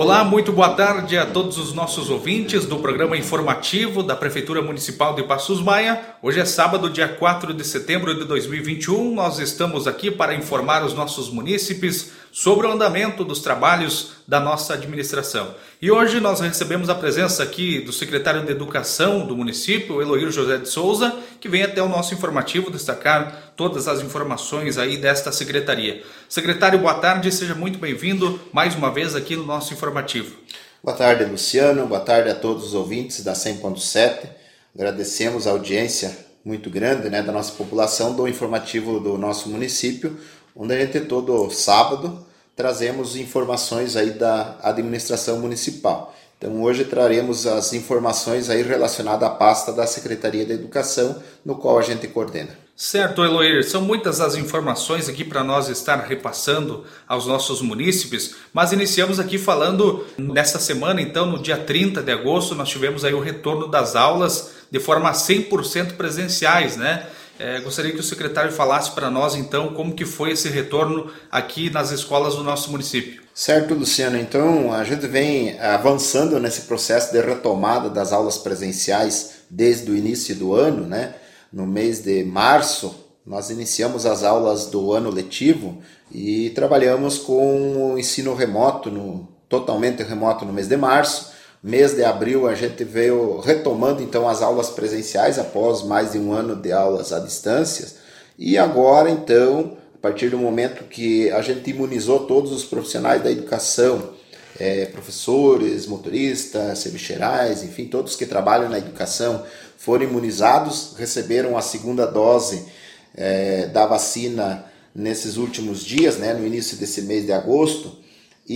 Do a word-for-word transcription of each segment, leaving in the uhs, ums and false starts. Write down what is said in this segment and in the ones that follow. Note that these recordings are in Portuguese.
Olá, muito boa tarde a todos os nossos ouvintes do programa informativo da Prefeitura Municipal de Passos Maia. Hoje é sábado, dia quatro de setembro de dois mil e vinte e um. Nós estamos aqui para informar os nossos munícipes sobre o andamento dos trabalhos da nossa administração. E hoje nós recebemos a presença aqui do secretário de Educação do município, Eloir José de Souza, que vem até o nosso informativo destacar todas as informações aí desta secretaria. Secretário, boa tarde, seja muito bem-vindo mais uma vez aqui no nosso informativo. Boa tarde, Luciano, boa tarde a todos os ouvintes da cem ponto sete. Agradecemos a audiência muito grande, né, da nossa população do informativo do nosso município, onde a gente todo sábado trazemos informações aí da administração municipal. Então hoje traremos as informações aí relacionadas à pasta da Secretaria da Educação, no qual a gente coordena. Certo, Eloir, são muitas as informações aqui para nós estar repassando aos nossos munícipes, mas iniciamos aqui falando nesta semana, então no dia trinta de agosto, nós tivemos aí o retorno das aulas de forma cem por cento presenciais, né? É, gostaria que o secretário falasse para nós, então, como que foi esse retorno aqui nas escolas do nosso município. Certo, Luciano. Então, a gente vem avançando nesse processo de retomada das aulas presenciais desde o início do ano, né? No mês de março, nós iniciamos as aulas do ano letivo e trabalhamos com o ensino remoto, no, totalmente remoto no mês de março. Mês de abril a gente veio retomando então as aulas presenciais após mais de um ano de aulas à distância. E agora então, a partir do momento que a gente imunizou todos os profissionais da educação, é, professores, motoristas, serviçais, enfim, todos que trabalham na educação foram imunizados, receberam a segunda dose é, da vacina nesses últimos dias, né, no início desse mês de agosto.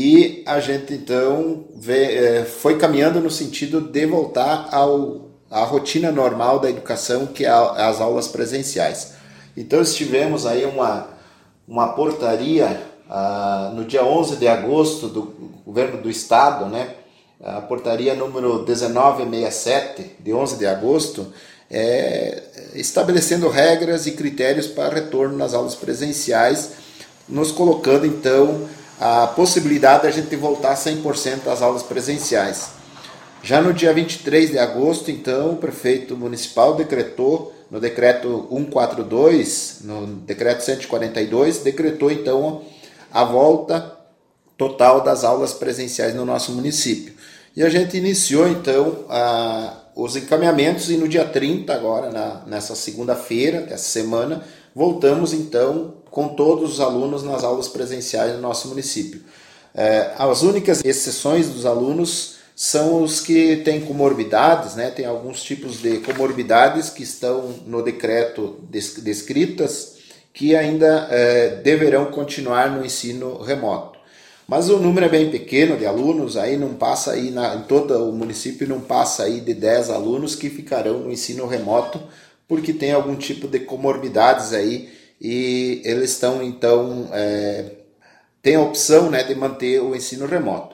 E a gente então vê, foi caminhando no sentido de voltar ao, à rotina normal da educação, que é as aulas presenciais. Então estivemos aí uma, uma portaria ah, no dia onze de agosto do governo do estado, né? A portaria número dezenove sessenta e sete de onze de agosto, é, estabelecendo regras e critérios para retorno nas aulas presenciais, nos colocando então a possibilidade de a gente voltar cem por cento às aulas presenciais. Já no dia vinte e três de agosto, então, o prefeito municipal decretou, no decreto cento e quarenta e dois, no decreto cento e quarenta e dois, decretou então a volta total das aulas presenciais no nosso município. E a gente iniciou então a, os encaminhamentos e no dia trinta, agora, na, nessa segunda-feira dessa semana, voltamos então com todos os alunos nas aulas presenciais no nosso município. É, as únicas exceções dos alunos são os que têm comorbidades, né? Tem alguns tipos de comorbidades que estão no decreto descritas, que ainda é, deverão continuar no ensino remoto. Mas o número é bem pequeno de alunos, aí não passa aí na, em todo o município não passa aí de dez alunos que ficarão no ensino remoto, porque tem algum tipo de comorbidades aí e eles estão então é, tem a opção, né, de manter o ensino remoto.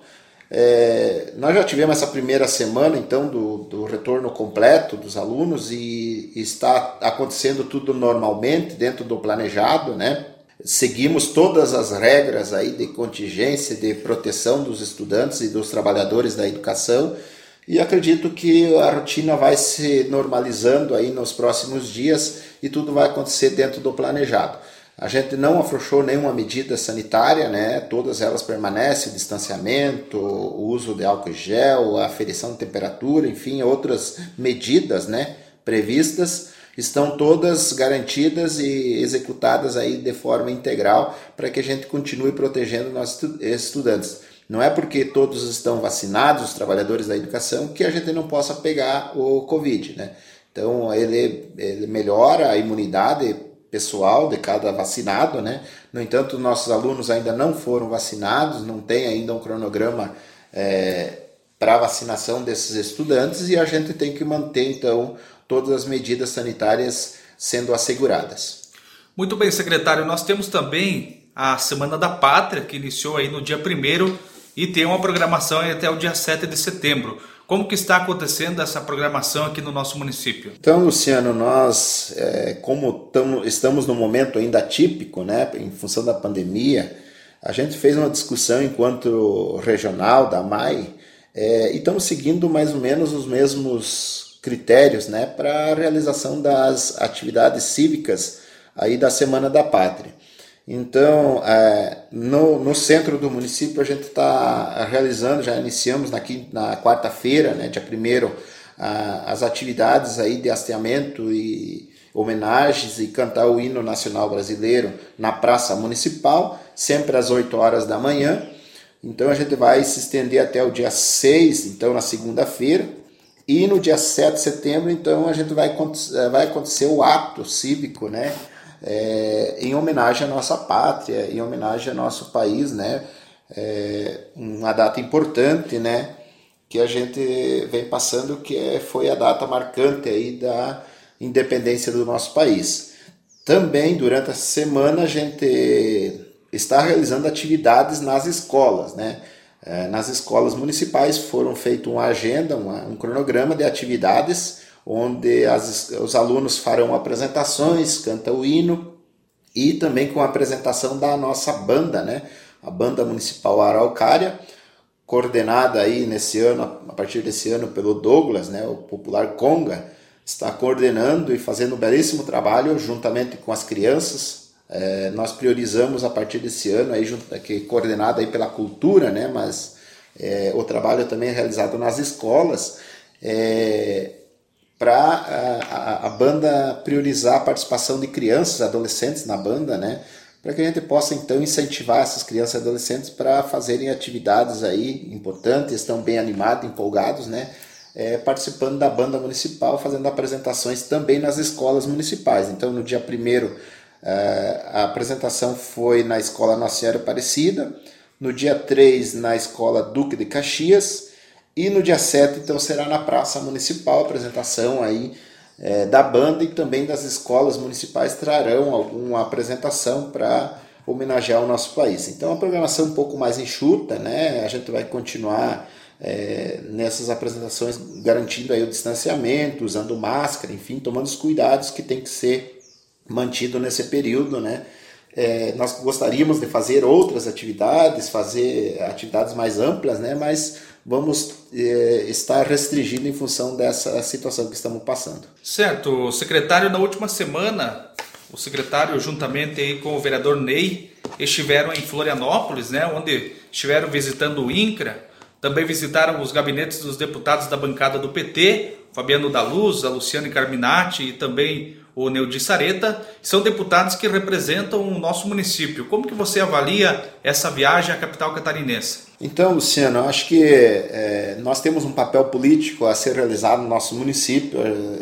É, nós já tivemos essa primeira semana então do, do retorno completo dos alunos e está acontecendo tudo normalmente dentro do planejado, né? Seguimos todas as regras aí de contingência, de proteção dos estudantes e dos trabalhadores da educação. E acredito que a rotina vai se normalizando aí nos próximos dias e tudo vai acontecer dentro do planejado. A gente não afrouxou nenhuma medida sanitária, né? Todas elas permanecem, distanciamento, o uso de álcool em gel, a aferição de temperatura, enfim, outras medidas, né, previstas, estão todas garantidas e executadas aí de forma integral para que a gente continue protegendo nossos estudantes. Não é porque todos estão vacinados, os trabalhadores da educação, que a gente não possa pegar o Covid, né? Então, ele, ele melhora a imunidade pessoal de cada vacinado, né? No entanto, nossos alunos ainda não foram vacinados, não tem ainda um cronograma é, para vacinação desses estudantes e a gente tem que manter, então, todas as medidas sanitárias sendo asseguradas. Muito bem, secretário. Nós temos também a Semana da Pátria, que iniciou aí no dia primeiro e tem uma programação até o dia sete de setembro. Como que está acontecendo essa programação aqui no nosso município? Então, Luciano, nós, é, como tamo, estamos num momento ainda atípico, né, em função da pandemia, a gente fez uma discussão enquanto regional da M A I é, e estamos seguindo mais ou menos os mesmos critérios, né, para a realização das atividades cívicas aí da Semana da Pátria. Então, é, no, no centro do município a gente está realizando, já iniciamos na, na quarta-feira, né, dia primeiro, a, as atividades aí de hasteamento e homenagens e cantar o hino nacional brasileiro na Praça Municipal, sempre às oito horas da manhã. Então a gente vai se estender até o dia seis, então na segunda-feira, e no dia sete de setembro, então a gente vai, vai acontecer o ato cívico, né, é, em homenagem à nossa pátria, em homenagem ao nosso país, né, é uma data importante, né, que a gente vem passando, que foi a data marcante aí da independência do nosso país. Também durante a semana a gente está realizando atividades nas escolas, né? Nas escolas municipais foram feita uma agenda, uma, um cronograma de atividades onde as, os alunos farão apresentações, cantam o hino e também com a apresentação da nossa banda, né? A Banda Municipal Araucária, coordenada aí nesse ano, a partir desse ano pelo Douglas, né? O popular Conga, está coordenando e fazendo um belíssimo trabalho juntamente com as crianças. É, nós priorizamos a partir desse ano, aí, que é coordenado aí pela cultura, né, mas é, o trabalho também é realizado nas escolas, é, para a, a, a banda priorizar a participação de crianças, adolescentes na banda, né, para que a gente possa então incentivar essas crianças e adolescentes para fazerem atividades aí importantes, estão bem animados, empolgados, né, É, participando da banda municipal, fazendo apresentações também nas escolas municipais. Então, no dia primeiro, é, a apresentação foi na Escola Nossa Senhora Aparecida, no dia três, na Escola Duque de Caxias, e no dia sete, então, será na Praça Municipal, a apresentação aí, é, da banda, e também das escolas municipais trarão alguma apresentação para homenagear o nosso país. Então, a programação um pouco mais enxuta, né? A gente vai continuar É, nessas apresentações garantindo aí o distanciamento, usando máscara, enfim, tomando os cuidados que tem que ser mantido nesse período, né? É, nós gostaríamos de fazer outras atividades, fazer atividades mais amplas, né? Mas vamos é, estar restringindo em função dessa situação que estamos passando. Certo, secretário, na última semana, o secretário juntamente aí com o vereador Ney estiveram em Florianópolis, né? Onde estiveram visitando o INCRA. Também visitaram os gabinetes dos deputados da bancada do P T, Fabiano da Luz, a Luciane Carminati e também o Neudi Sareta. São deputados que representam o nosso município. Como que você avalia essa viagem à capital catarinense? Então, Luciano, eu acho que é, nós temos um papel político a ser realizado no nosso município.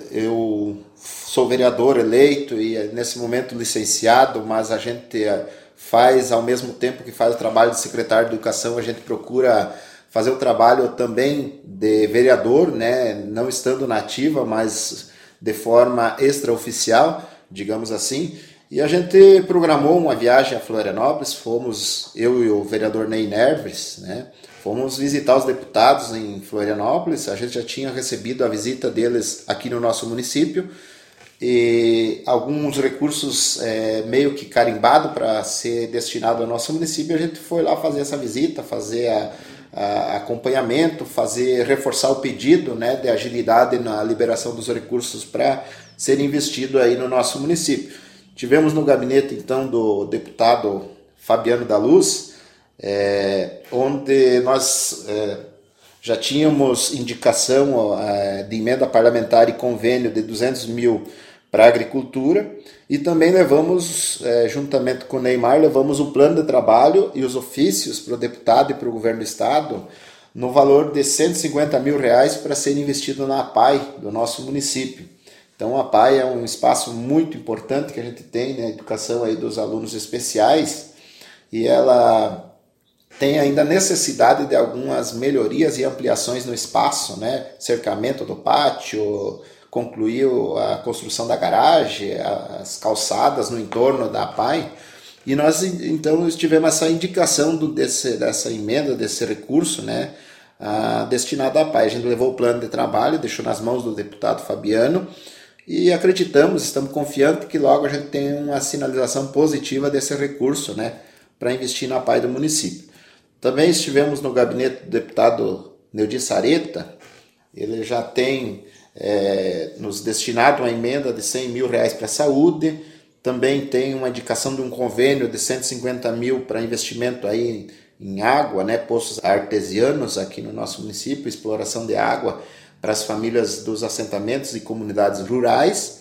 Eu sou vereador eleito e nesse momento licenciado, mas a gente faz, ao mesmo tempo que faz o trabalho de secretário de Educação, a gente procura fazer o trabalho também de vereador, né, não estando na ativa, mas de forma extraoficial, digamos assim. E a gente programou uma viagem a Florianópolis, fomos eu e o vereador Ney Neves, né, fomos visitar os deputados em Florianópolis. A gente já tinha recebido a visita deles aqui no nosso município, e alguns recursos é, meio que carimbados para ser destinado ao nosso município. A gente foi lá fazer essa visita, fazer a acompanhamento, fazer, reforçar o pedido, né, de agilidade na liberação dos recursos para ser investido aí no nosso município. Tivemos no gabinete então do deputado Fabiano da Luz, é, onde nós é, já tínhamos indicação é, de emenda parlamentar e convênio de duzentos mil para a agricultura, e também levamos, é, juntamente com o Neymar, levamos um plano de trabalho e os ofícios para o deputado e para o governo do estado no valor de cento e cinquenta mil reais para ser investido na A P A I do nosso município. Então a P A I é um espaço muito importante que a gente tem na educação aí dos alunos especiais, e ela tem ainda necessidade de algumas melhorias e ampliações no espaço, né? Cercamento do pátio, concluiu a construção da garagem, as calçadas no entorno da A P A I, e nós então tivemos essa indicação do, desse, dessa emenda, desse recurso, né, a, destinado à A P A I. A gente levou o plano de trabalho, deixou nas mãos do deputado Fabiano, e acreditamos, estamos confiantes que logo a gente tem uma sinalização positiva desse recurso, né, para investir na P A I do município. Também estivemos no gabinete do deputado Neudi Sareta. Ele já tem é, nos destinado uma emenda de cem mil reais para a saúde. Também tem uma indicação de um convênio de cento e cinquenta mil para investimento aí em água, né, poços artesianos aqui no nosso município, exploração de água para as famílias dos assentamentos e comunidades rurais.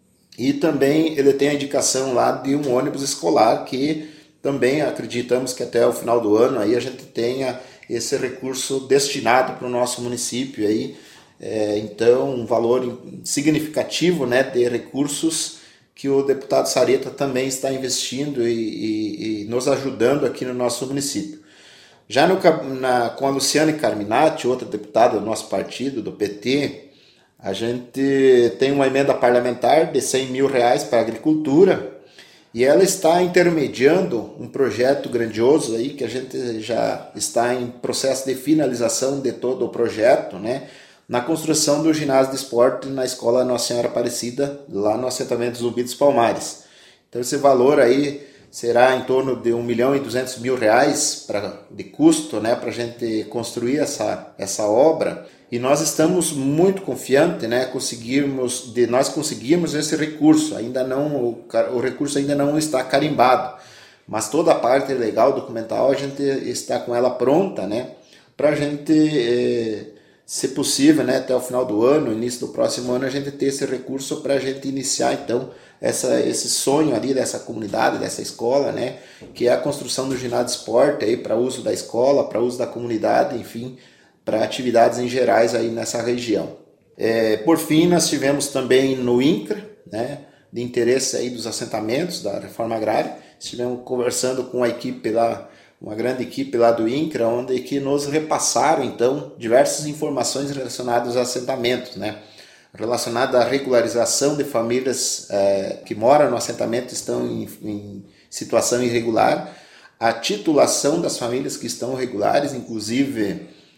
E também ele tem a indicação lá de um ônibus escolar que também acreditamos que até o final do ano aí a gente tenha esse recurso destinado para o nosso município aí. É, então, um valor significativo, né, de recursos que o deputado Sareta também está investindo e, e, e nos ajudando aqui no nosso município. Já no, na, com a Luciane Carminati, outra deputada do nosso partido, do P T, a gente tem uma emenda parlamentar de cem mil reais para a agricultura e ela está intermediando um projeto grandioso aí que a gente já está em processo de finalização de todo o projeto, né? Na construção do ginásio de esporte na Escola Nossa Senhora Aparecida, lá no assentamento Zumbi dos Palmares. Então esse valor aí será em torno de um milhão e duzentos mil reais pra, de custo, né, para a gente construir essa, essa obra. E nós estamos muito confiantes, né, conseguirmos, de nós conseguirmos esse recurso. Ainda não, o, o recurso ainda não está carimbado, mas toda a parte legal, documental, a gente está com ela pronta, né, para a gente... Eh, se possível, né, até o final do ano, início do próximo ano, a gente ter esse recurso para a gente iniciar, então, essa, esse sonho ali dessa comunidade, dessa escola, né, que é a construção do ginásio de esporte aí para uso da escola, para uso da comunidade, enfim, para atividades em gerais aí nessa região. É, por fim, nós tivemos também no INCRA, né, de interesse aí dos assentamentos da reforma agrária, estivemos conversando com a equipe lá, uma grande equipe lá do INCRA, onde que nos repassaram, então, diversas informações relacionadas aos assentamentos, né? Relacionada à regularização de famílias eh, que moram no assentamento e estão em, em situação irregular, a titulação das famílias que estão regulares, inclusive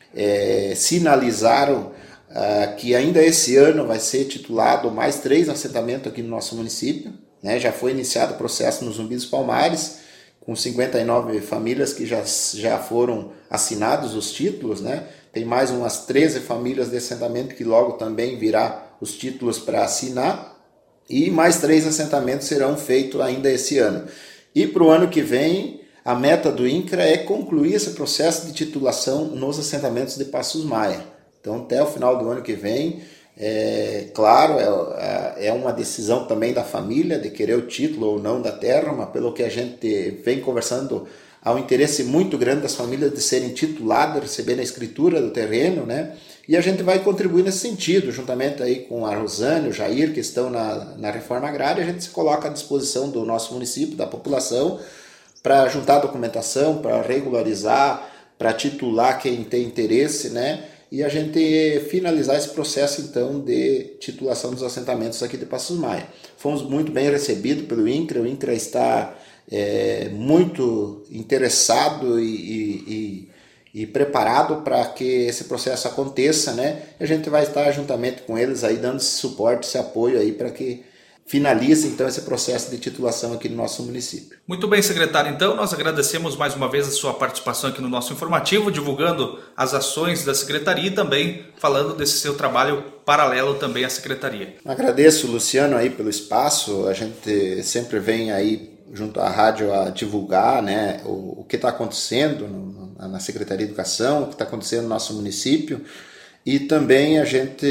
eh, sinalizaram ah, que ainda esse ano vai ser titulado mais três assentamentos aqui no nosso município, né? Já foi iniciado o processo no Zumbi dos Palmares, com cinquenta e nove famílias que já, já foram assinados os títulos, né? Tem mais umas treze famílias de assentamento que logo também virá os títulos para assinar, e mais três assentamentos serão feitos ainda esse ano. E para o ano que vem, a meta do INCRA é concluir esse processo de titulação nos assentamentos de Passos Maia. Então, até o final do ano que vem, é claro, é, é uma decisão também da família de querer o título ou não da terra, mas pelo que a gente vem conversando, há um interesse muito grande das famílias de serem tituladas, receberem a escritura do terreno, né? E a gente vai contribuir nesse sentido, juntamente aí com a Rosane, o Jair, que estão na, na reforma agrária, a gente se coloca à disposição do nosso município, da população, para juntar documentação, para regularizar, para titular quem tem interesse, né? E a gente finalizar esse processo, então, de titulação dos assentamentos aqui de Passos Maia. Fomos muito bem recebidos pelo INCRA, o INCRA está é, muito interessado e, e, e preparado para que esse processo aconteça, né? E a gente vai estar juntamente com eles aí dando esse suporte, esse apoio aí para que finalize então esse processo de titulação aqui no nosso município. Muito bem, secretário. Então, nós agradecemos mais uma vez a sua participação aqui no nosso informativo, divulgando as ações da secretaria e também falando desse seu trabalho paralelo também à secretaria. Agradeço, Luciano, aí pelo espaço. A gente sempre vem aí junto à rádio a divulgar, né, o, o que está acontecendo no, na Secretaria de Educação, o que está acontecendo no nosso município. E também a gente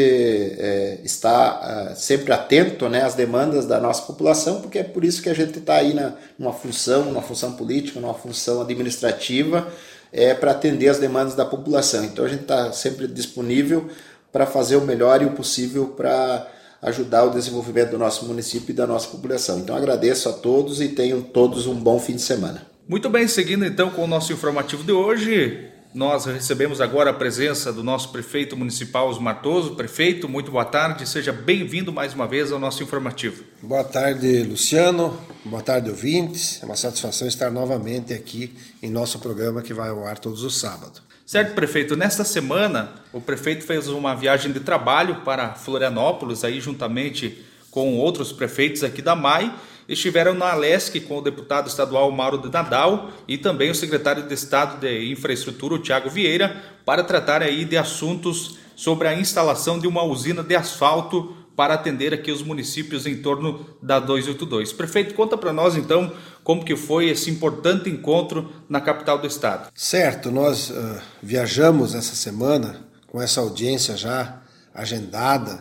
é, está é, sempre atento, né, às demandas da nossa população, porque é por isso que a gente está aí na, numa função, numa função política, numa função administrativa, é, para atender as demandas da população. Então a gente está sempre disponível para fazer o melhor e o possível para ajudar o desenvolvimento do nosso município e da nossa população. Então agradeço a todos e tenham todos um bom fim de semana. Muito bem, seguindo então com o nosso informativo de hoje, nós recebemos agora a presença do nosso prefeito municipal, Osmar Toso. Prefeito, muito boa tarde, seja bem-vindo mais uma vez ao nosso informativo. Boa tarde, Luciano, boa tarde, ouvintes. É uma satisfação estar novamente aqui em nosso programa que vai ao ar todos os sábados. Certo, prefeito, nesta semana o prefeito fez uma viagem de trabalho para Florianópolis, aí juntamente com outros prefeitos aqui da M A I, estiveram na Alesc com o deputado estadual Mauro de Nadal e também o secretário de Estado de Infraestrutura, o Tiago Vieira, para tratar aí de assuntos sobre a instalação de uma usina de asfalto para atender aqui os municípios em torno da duzentos e oitenta e dois. Prefeito, conta para nós então como que foi esse importante encontro na capital do estado. Certo, nós uh, viajamos essa semana com essa audiência já agendada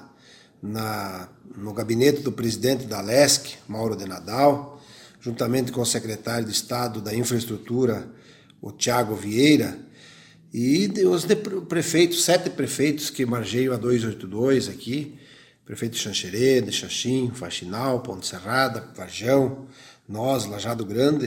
na, no gabinete do presidente da Alesc, Mauro de Nadal, juntamente com o secretário de Estado da Infraestrutura, o Tiago Vieira, e os de prefeitos, sete prefeitos que margeiam a duzentos e oitenta e dois aqui, prefeito de Xanxerê, de Xaxim, Faxinal, Ponte Serrada, Varjão, nós, Lajeado Grande,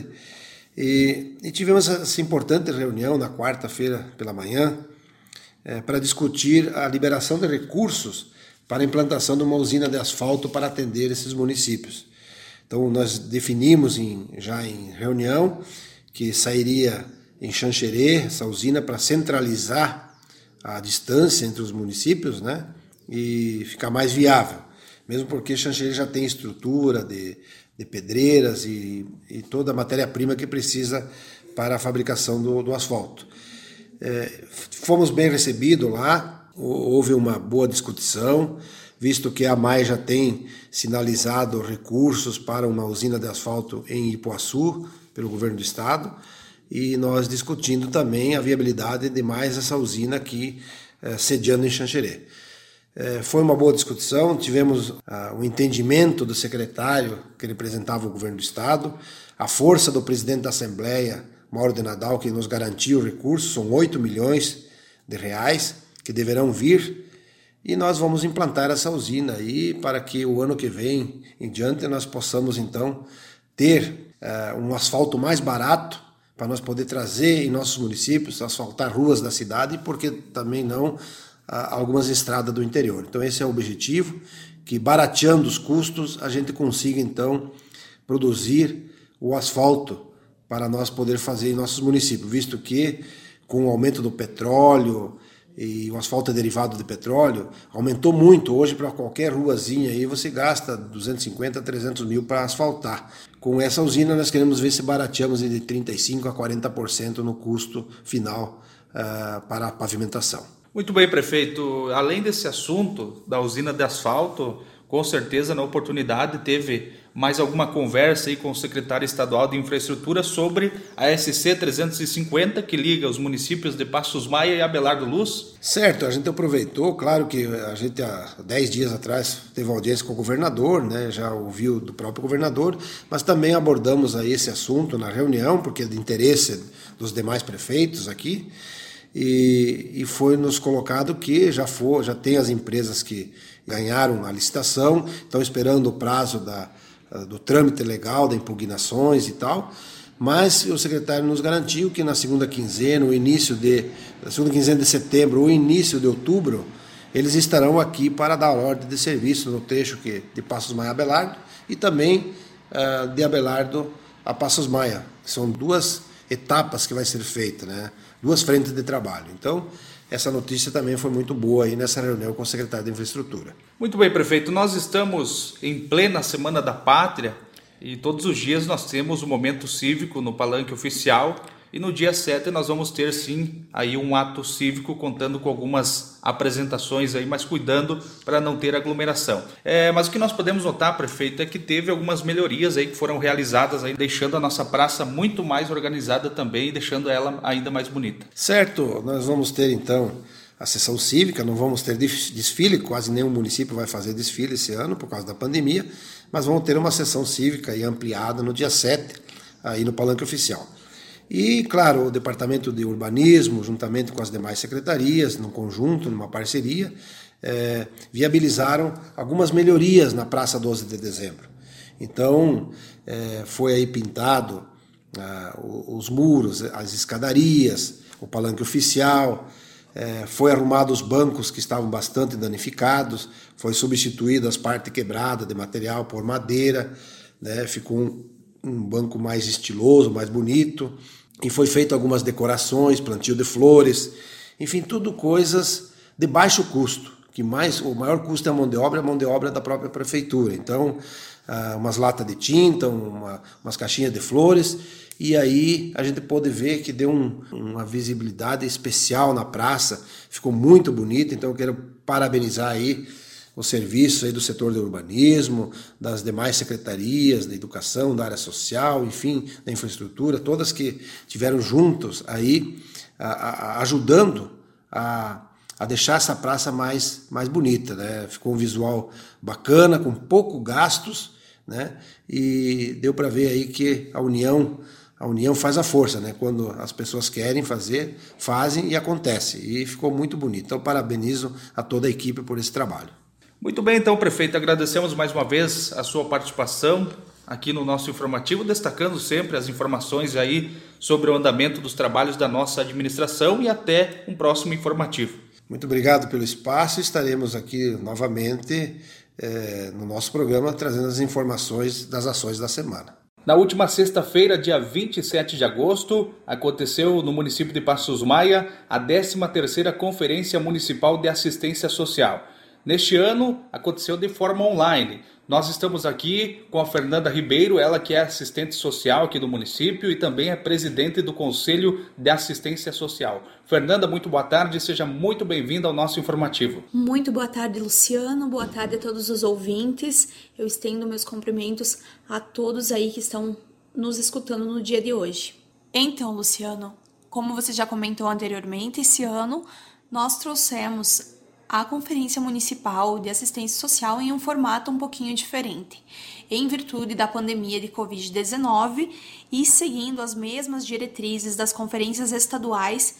e, e tivemos essa importante reunião na quarta-feira pela manhã é, para discutir a liberação de recursos para a implantação de uma usina de asfalto para atender esses municípios. Então nós definimos em, já em reunião que sairia em Xanxerê essa usina para centralizar a distância entre os municípios, né? E ficar mais viável, mesmo porque Xanxerê já tem estrutura de, de pedreiras e, e toda a matéria-prima que precisa para a fabricação do, do asfalto. É, fomos bem recebidos lá, houve uma boa discussão, visto que a M A I já tem sinalizado recursos para uma usina de asfalto em Ipuaçu, pelo governo do estado, e nós discutindo também a viabilidade de mais essa usina aqui é, sediando em Xanxerê. Foi uma boa discussão, tivemos ah, o entendimento do secretário que representava o governo do estado, a força do presidente da Assembleia, Mauro de Nadal, que nos garantiu recursos, são oito milhões de reais que deverão vir, e nós vamos implantar essa usina aí para que o ano que vem em diante nós possamos então ter ah, um asfalto mais barato para nós poder trazer em nossos municípios, asfaltar ruas da cidade, porque também não algumas estradas do interior. Então esse é o objetivo, que barateando os custos a gente consiga então produzir o asfalto para nós poder fazer em nossos municípios, visto que com o aumento do petróleo e o asfalto é derivado de petróleo, aumentou muito. Hoje para qualquer ruazinha aí você gasta duzentos e cinquenta a trezentos mil para asfaltar. Com essa usina nós queremos ver se barateamos de trinta e cinco por cento a quarenta por cento no custo final uh, para a pavimentação. Muito bem, prefeito. Além desse assunto da usina de asfalto, com certeza na oportunidade teve mais alguma conversa aí com o secretário estadual de Infraestrutura sobre a S C trezentos e cinquenta, que liga os municípios de Passos Maia e Abelardo Luz? Certo, a gente aproveitou, claro que a gente há dez dias atrás teve audiência com o governador, né, já ouviu do próprio governador, mas também abordamos aí esse assunto na reunião, porque é de interesse dos demais prefeitos aqui. E, e foi nos colocado que já, for, já tem as empresas que ganharam a licitação, estão esperando o prazo da, do trâmite legal, da impugnações e tal, mas o secretário nos garantiu que na segunda quinzena, o início de, na segunda quinzena de setembro ou início de outubro, eles estarão aqui para dar ordem de serviço no trecho que, de Passos Maia a Abelardo e também uh, de Abelardo a Passos Maia. São duas etapas que vai ser feita, né? Duas frentes de trabalho. Então, essa notícia também foi muito boa aí nessa reunião com o secretário de Infraestrutura. Muito bem, prefeito. Nós estamos em plena Semana da Pátria e todos os dias nós temos o momento cívico no palanque oficial e no dia sete nós vamos ter sim aí um ato cívico contando com algumas apresentações aí, mas cuidando para não ter aglomeração. É, mas o que nós podemos notar, prefeito, é que teve algumas melhorias aí que foram realizadas aí, deixando a nossa praça muito mais organizada também e deixando ela ainda mais bonita. Certo, nós vamos ter então a sessão cívica, não vamos ter desfile, quase nenhum município vai fazer desfile esse ano por causa da pandemia, mas vamos ter uma sessão cívica aí ampliada no dia sete, aí no palanque oficial. E, claro, o Departamento de Urbanismo, juntamente com as demais secretarias, num conjunto, numa parceria, é, viabilizaram algumas melhorias na Praça doze de Dezembro. Então, é, foi aí pintado ah, os muros, as escadarias, o palanque oficial, é, foi arrumado os bancos que estavam bastante danificados, foi substituído as partes quebradas de material por madeira, né, ficou um, um banco mais estiloso, mais bonito, e foi feito algumas decorações, plantio de flores, enfim, tudo coisas de baixo custo, que mais, o maior custo da mão de obra é a mão de obra da própria prefeitura. Então, umas latas de tinta, uma, umas caixinhas de flores, e aí a gente pôde ver que deu um, uma visibilidade especial na praça, ficou muito bonito. Então eu quero parabenizar aí os serviços aí do setor do urbanismo, das demais secretarias, da educação, da área social, enfim, da infraestrutura, todas que tiveram juntos aí, a, a, ajudando a, a deixar essa praça mais, mais bonita, né? Ficou um visual bacana, com pouco gastos, né? E deu para ver aí que a união, a união faz a força, né? Quando as pessoas querem fazer, fazem e acontece. E ficou muito bonito. Então, parabenizo a toda a equipe por esse trabalho. Muito bem, então, prefeito, agradecemos mais uma vez a sua participação aqui no nosso informativo, destacando sempre as informações aí sobre o andamento dos trabalhos da nossa administração, e até um próximo informativo. Muito obrigado pelo espaço. Estaremos aqui novamente eh, no nosso programa trazendo as informações das ações da semana. Na última sexta-feira, dia vinte e sete de agosto, aconteceu no município de Passos Maia a décima terceira Conferência Municipal de Assistência Social. Neste ano, aconteceu de forma online. Nós estamos aqui com a Fernanda Ribeiro, ela que é assistente social aqui do município e também é presidente do Conselho de Assistência Social. Fernanda, muito boa tarde, seja muito bem-vinda ao nosso informativo. Muito boa tarde, Luciano, boa tarde a todos os ouvintes. Eu estendo meus cumprimentos a todos aí que estão nos escutando no dia de hoje. Então, Luciano, como você já comentou anteriormente, esse ano nós trouxemos a Conferência Municipal de Assistência Social em um formato um pouquinho diferente, em virtude da pandemia de covid dezenove e seguindo as mesmas diretrizes das conferências estaduais,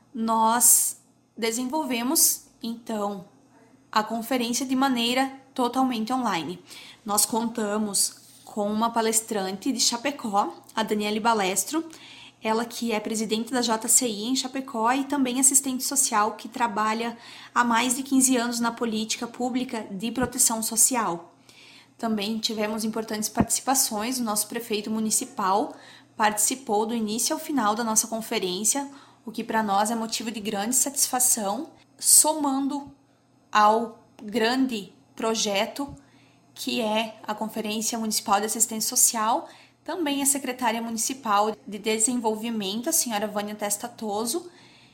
nós desenvolvemos, então, a conferência de maneira totalmente online. Nós contamos com uma palestrante de Chapecó, a Daniele Balestro, ela que é presidente da J C I em Chapecó e também assistente social que trabalha há mais de quinze anos na política pública de proteção social. Também tivemos importantes participações, o nosso prefeito municipal participou do início ao final da nossa conferência, o que para nós é motivo de grande satisfação, somando ao grande projeto que é a Conferência Municipal de Assistência Social. Também a secretária municipal de desenvolvimento, a senhora Vânia Testatoso,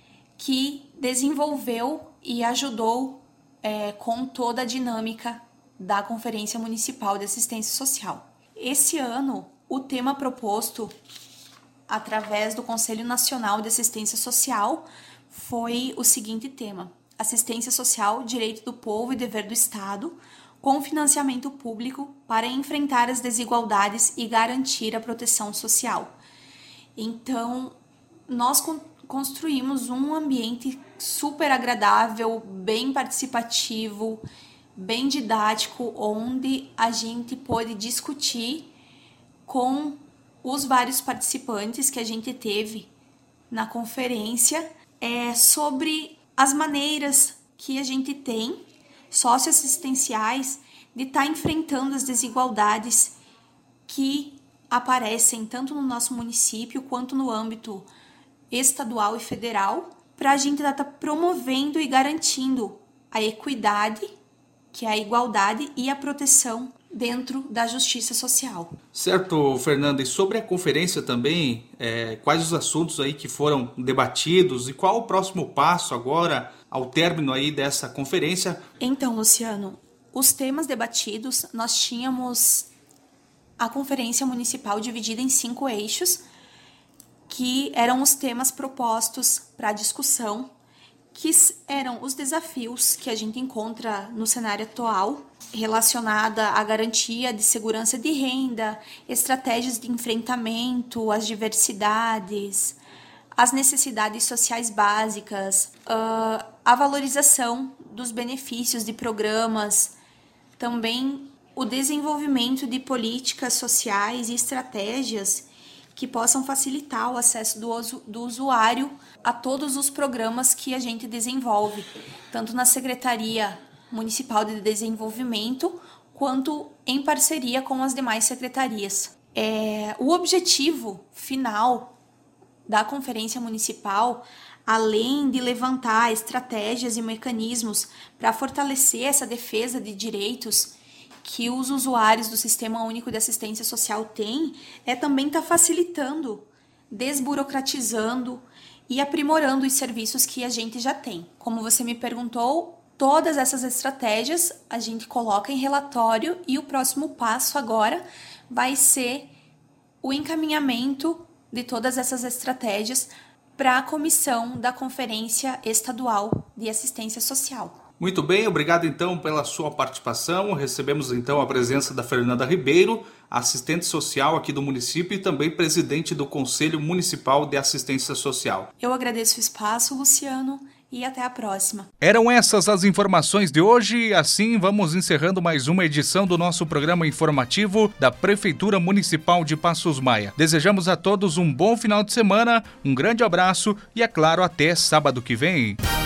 que desenvolveu e ajudou é, com toda a dinâmica da Conferência Municipal de Assistência Social. Esse ano, o tema proposto através do Conselho Nacional de Assistência Social foi o seguinte tema: Assistência Social, Direito do Povo e Dever do Estado, com financiamento público para enfrentar as desigualdades e garantir a proteção social. Então, nós con- construímos um ambiente super agradável, bem participativo, bem didático, onde a gente pôde discutir com os vários participantes que a gente teve na conferência é, sobre as maneiras que a gente tem socioassistenciais de estar tá enfrentando as desigualdades que aparecem tanto no nosso município quanto no âmbito estadual e federal, para a gente estar tá promovendo e garantindo a equidade, que é a igualdade e a proteção dentro da justiça social. Certo, Fernanda, e sobre a conferência também, é, quais os assuntos aí que foram debatidos e qual o próximo passo agora ao término aí dessa conferência? Então, Luciano, os temas debatidos, nós tínhamos a conferência municipal dividida em cinco eixos, que eram os temas propostos para discussão, que eram os desafios que a gente encontra no cenário atual, relacionada à garantia de segurança de renda, estratégias de enfrentamento às diversidades, as necessidades sociais básicas, uh, a valorização dos benefícios de programas, também o desenvolvimento de políticas sociais e estratégias que possam facilitar o acesso do, usu, do usuário a todos os programas que a gente desenvolve, tanto na Secretaria Municipal de Desenvolvimento, quanto em parceria com as demais secretarias. É, o objetivo final da Conferência Municipal, além de levantar estratégias e mecanismos para fortalecer essa defesa de direitos que os usuários do Sistema Único de Assistência Social têm, é também estar tá facilitando, desburocratizando e aprimorando os serviços que a gente já tem. Como você me perguntou, todas essas estratégias a gente coloca em relatório e o próximo passo agora vai ser o encaminhamento de todas essas estratégias para a comissão da Conferência Estadual de Assistência Social. Muito bem, obrigado então pela sua participação. Recebemos então a presença da Fernanda Ribeiro, assistente social aqui do município e também presidente do Conselho Municipal de Assistência Social. Eu agradeço o espaço, Luciano, e até a próxima. Eram essas as informações de hoje, assim vamos encerrando mais uma edição do nosso programa informativo da Prefeitura Municipal de Passos Maia. Desejamos a todos um bom final de semana, um grande abraço e, é claro, até sábado que vem.